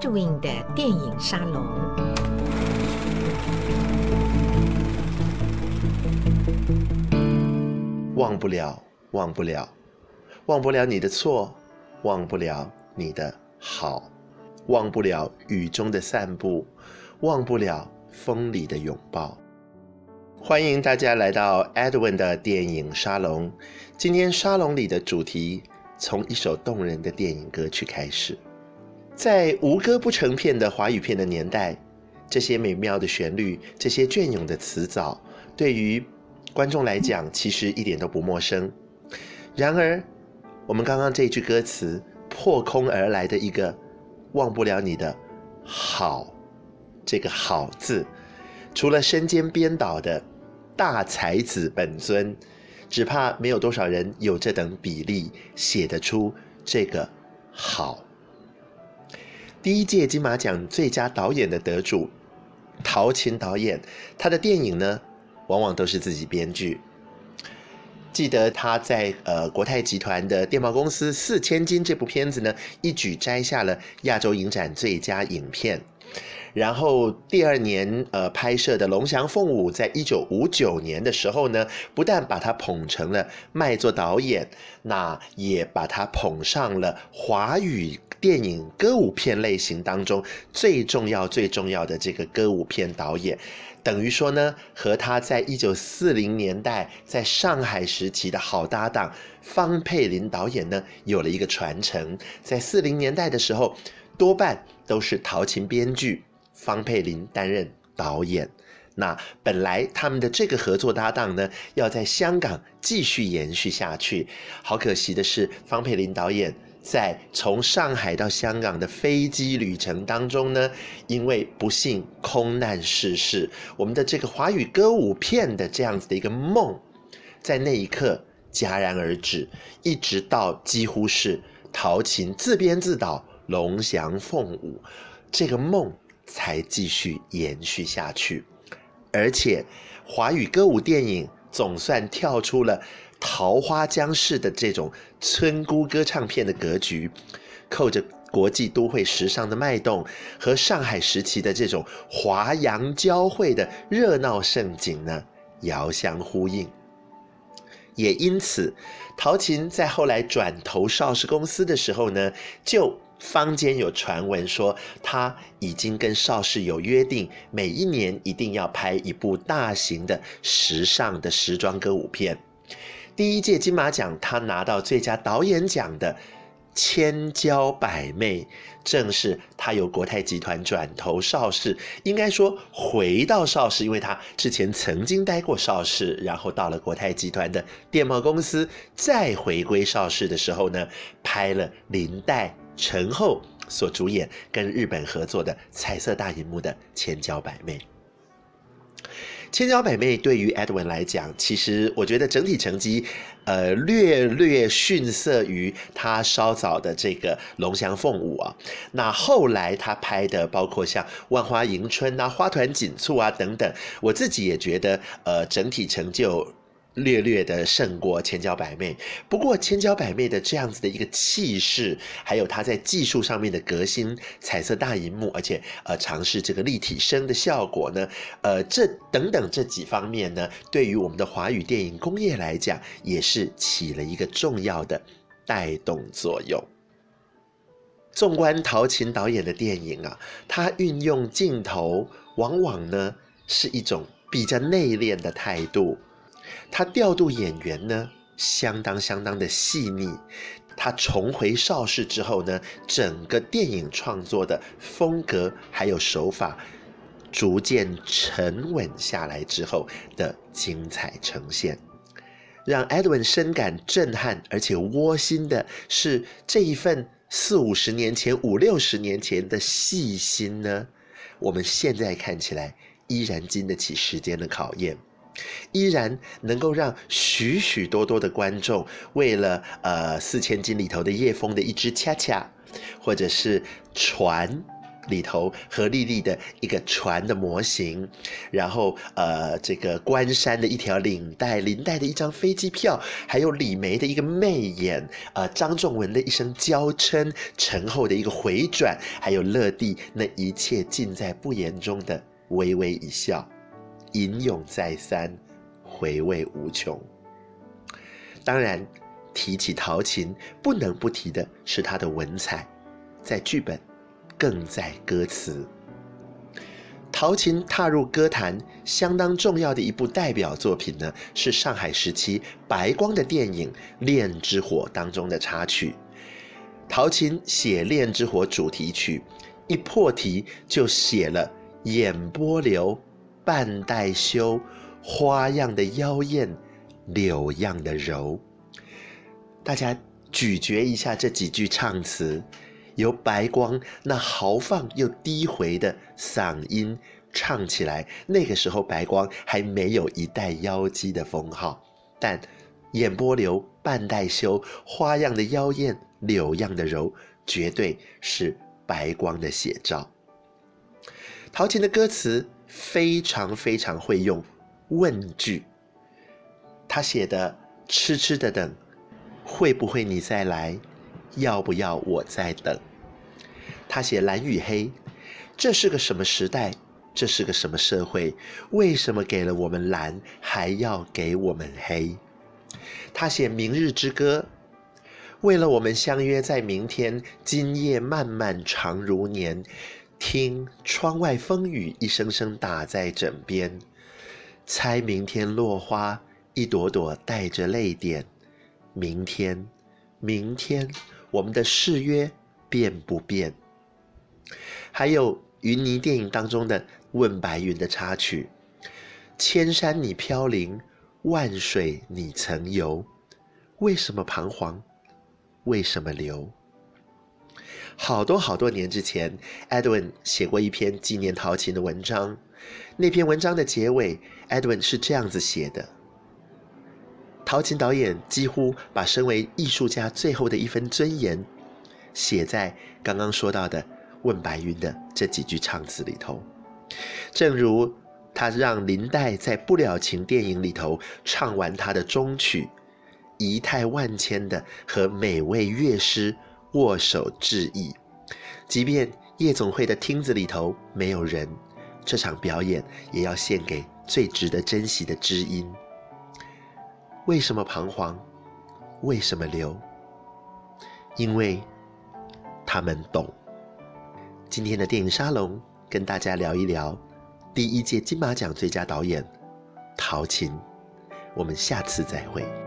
Edwin 的电影沙龙。 忘不了，忘不了，忘不了你的错，忘不了你的好，忘不了雨中的散步，忘不了风里的拥抱。欢迎大家来到 Edwin 的电影沙龙。今天沙龙里的主题从一首动人的电影歌曲开始。在无歌不成片的华语片的年代，这些美妙的旋律，这些隽永的词藻，对于观众来讲其实一点都不陌生。然而我们刚刚这句歌词破空而来的一个忘不了你的好，这个好字，除了身兼编导的大才子本尊，只怕没有多少人有这等比例写得出这个好。第一届金马奖最佳导演的得主陶秦导演，他的电影呢往往都是自己编剧。记得他在国泰集团的电报公司4000金这部片子呢，一举摘下了亚洲影展最佳影片。然后第二年拍摄的《龙翔凤舞》在1959年的时候呢，不但把他捧成了卖座导演，那也把他捧上了华语电影歌舞片类型当中最重要的这个歌舞片导演。等于说呢，和他在1940年代在上海时期的好搭档方佩琳导演呢，有了一个传承。在40年代的时候，多半都是陶秦编剧，方佩琳担任导演。那本来他们的这个合作搭档呢，要在香港继续延续下去。好可惜的是，方佩琳导演在从上海到香港的飞机旅程当中呢，因为不幸空难逝世。我们的这个华语歌舞片的这样子的一个梦，在那一刻戛然而止，一直到几乎是陶秦自编自导《龙翔凤舞》，这个梦才继续延续下去。而且华语歌舞电影总算跳出了桃花江式的这种村姑歌唱片的格局，扣着国际都会时尚的脉动和上海时期的这种华洋交汇的热闹盛景呢，遥相呼应。也因此，陶秦在后来转投邵氏公司的时候呢，就坊间有传闻说，他已经跟邵氏有约定，每一年一定要拍一部大型的时尚的时装歌舞片。第一届金马奖他拿到最佳导演奖的千娇百媚，正是他由国泰集团转投邵氏，应该说回到邵氏，因为他之前曾经待过邵氏，然后到了国泰集团的电报公司，再回归邵氏的时候呢，拍了林黛、陈厚所主演跟日本合作的彩色大荧幕的千娇百媚。千娇百媚对于 Edwin 来讲，其实我觉得整体成绩略逊色于他稍早的这个龙翔凤舞啊。那后来他拍的包括像万花迎春啊、花团锦簇啊等等，我自己也觉得整体成就略的胜过千娇百媚。不过千娇百媚的这样子的一个气势，还有她在技术上面的革新，彩色大荧幕，而且尝试这个立体声的效果呢，这等等这几方面呢，对于我们的华语电影工业来讲，也是起了一个重要的带动作用。纵观陶秦导演的电影啊，他运用镜头往往呢是一种比较内敛的态度，他调度演员呢相当的细腻。他重回邵氏之后呢，整个电影创作的风格还有手法逐渐沉稳下来之后的精彩呈现。让 Edwin 深感震撼而且窝心的是，这一份40-50年前、50-60年前的细心呢，我们现在看起来依然经得起时间的考验，依然能够让许许多多的观众为了4000金里头的叶枫的一支恰恰，或者是船里头何丽丽的一个船的模型，然后这个关山的一条领带，林带的一张飞机票，还有李梅的一个媚眼，张仲文的一声娇嗔，陈后的一个回转，还有乐蒂那一切尽在不言中的微微一笑，吟咏再三，回味无穷。当然提起陶琴，不能不提的是他的文采，在剧本更在歌词。陶琴踏入歌坛相当重要的一部代表作品呢，是上海时期白光的电影《恋之火》当中的插曲。陶琴写《恋之火》主题曲，一破题就写了眼波流，半带羞，花样的妖艳，柳样的柔。大家咀嚼一下这几句唱词，由白光那豪放又低回的嗓音唱起来，那个时候白光还没有一代妖姬的封号，但眼波流，半带羞，花样的妖艳，柳样的柔，绝对是白光的写照。陶琴的歌词非常非常会用问句，他写的痴痴的等，会不会你再来，要不要我再等。他写蓝与黑，这是个什么时代，这是个什么社会，为什么给了我们蓝还要给我们黑。他写明日之歌，为了我们相约在明天，今夜漫漫长如年，听窗外风雨一声声打在枕边，猜明天落花一朵朵带着泪点，明天明天我们的誓约变不变。还有云霓电影当中的问白云的插曲，千山你飘零，万水你曾游，为什么彷徨，为什么留。好多好多年之前 Edwin 写过一篇纪念陶琴的文章，那篇文章的结尾 Edwin 是这样子写的，陶琴导演几乎把身为艺术家最后的一分尊严写在刚刚说到的问白云的这几句唱词里头。正如他让林黛在《不了情》电影里头唱完他的终曲，仪态万千的和每位乐师握手致意，即便夜总会的厅子里头没有人，这场表演也要献给最值得珍惜的知音。为什么彷徨，为什么留？因为他们懂。今天的电影沙龙跟大家聊一聊第1届金马奖最佳导演陶琴，我们下次再会。